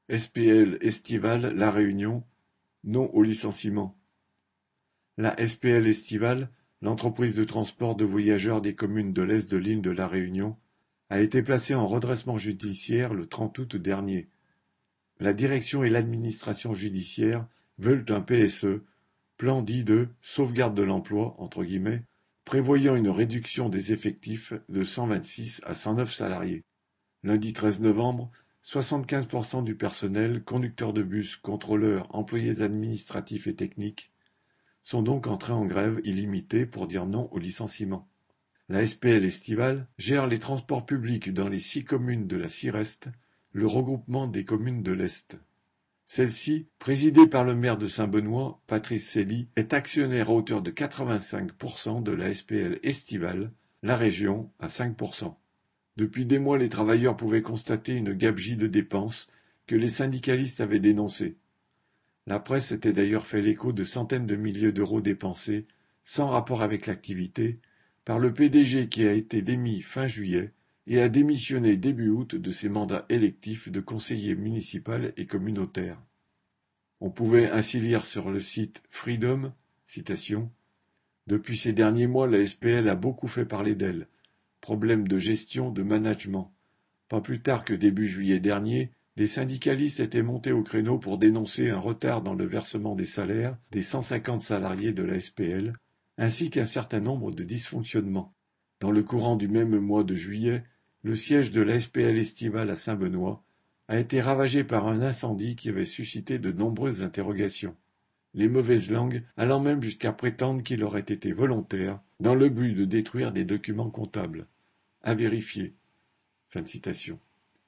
SPL Estivale La Réunion, non au licenciement. La SPL Estivale, l'entreprise de transport de voyageurs des communes de l'est de l'île de La Réunion, a été placée en redressement judiciaire le 30 août dernier. La direction et l'administration judiciaire veulent un PSE, plan dit de sauvegarde de l'emploi, entre guillemets, prévoyant une réduction des effectifs de 126 à 109 salariés. Lundi 13 novembre, 75% du personnel, conducteurs de bus, contrôleurs, employés administratifs et techniques, sont donc entrés en grève illimitée pour dire non au licenciement. La SPL Estivale gère les transports publics dans les 6 communes de la Sirest, le regroupement des communes de l'Est. Celle-ci, présidée par le maire de Saint-Benoît, Patrice Célie, est actionnaire à hauteur de 85% de la SPL Estivale, la région à 5%. Depuis des mois, les travailleurs pouvaient constater une gabegie de dépenses que les syndicalistes avaient dénoncée. La presse s'était d'ailleurs fait l'écho de centaines de milliers d'euros dépensés, sans rapport avec l'activité, par le PDG qui a été démis fin juillet et a démissionné début août de ses mandats électifs de conseiller municipal et communautaire. On pouvait ainsi lire sur le site Freedom, citation, « Depuis ces derniers mois, la SPL a beaucoup fait parler d'elle. Problème de gestion, de management. Pas plus tard que début juillet dernier, les syndicalistes étaient montés au créneau pour dénoncer un retard dans le versement des salaires des 150 salariés de la SPL, ainsi qu'un certain nombre de dysfonctionnements. Dans le courant du même mois de juillet, le siège de la SPL estivale à Saint-Benoît a été ravagé par un incendie qui avait suscité de nombreuses interrogations. Les mauvaises langues allant même jusqu'à prétendre qu'il aurait été volontaire, dans le but de détruire des documents comptables. À vérifier. » Fin de citation.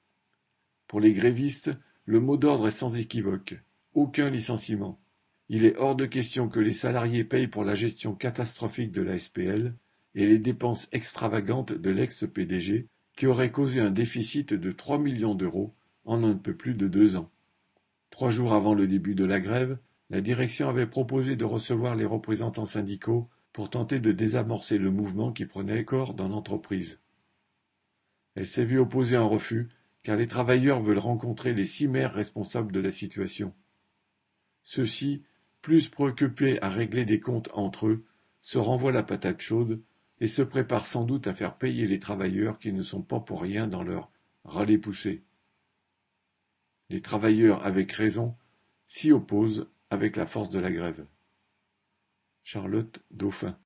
Pour les grévistes, le mot d'ordre est sans équivoque. Aucun licenciement. Il est hors de question que les salariés payent pour la gestion catastrophique de la SPL et les dépenses extravagantes de l'ex-PDG qui aurait causé un déficit de 3 millions d'euros en un peu plus de 2 ans. 3 jours avant le début de la grève, la direction avait proposé de recevoir les représentants syndicaux pour tenter de désamorcer le mouvement qui prenait corps dans l'entreprise. Elle s'est vue opposer un refus, car les travailleurs veulent rencontrer les 6 maires responsables de la situation. Ceux-ci, plus préoccupés à régler des comptes entre eux, se renvoient la patate chaude et se préparent sans doute à faire payer les travailleurs qui ne sont pas pour rien dans leur râler-pousser. Les travailleurs, avec raison, s'y opposent avec la force de la grève. Charlotte Dauphin.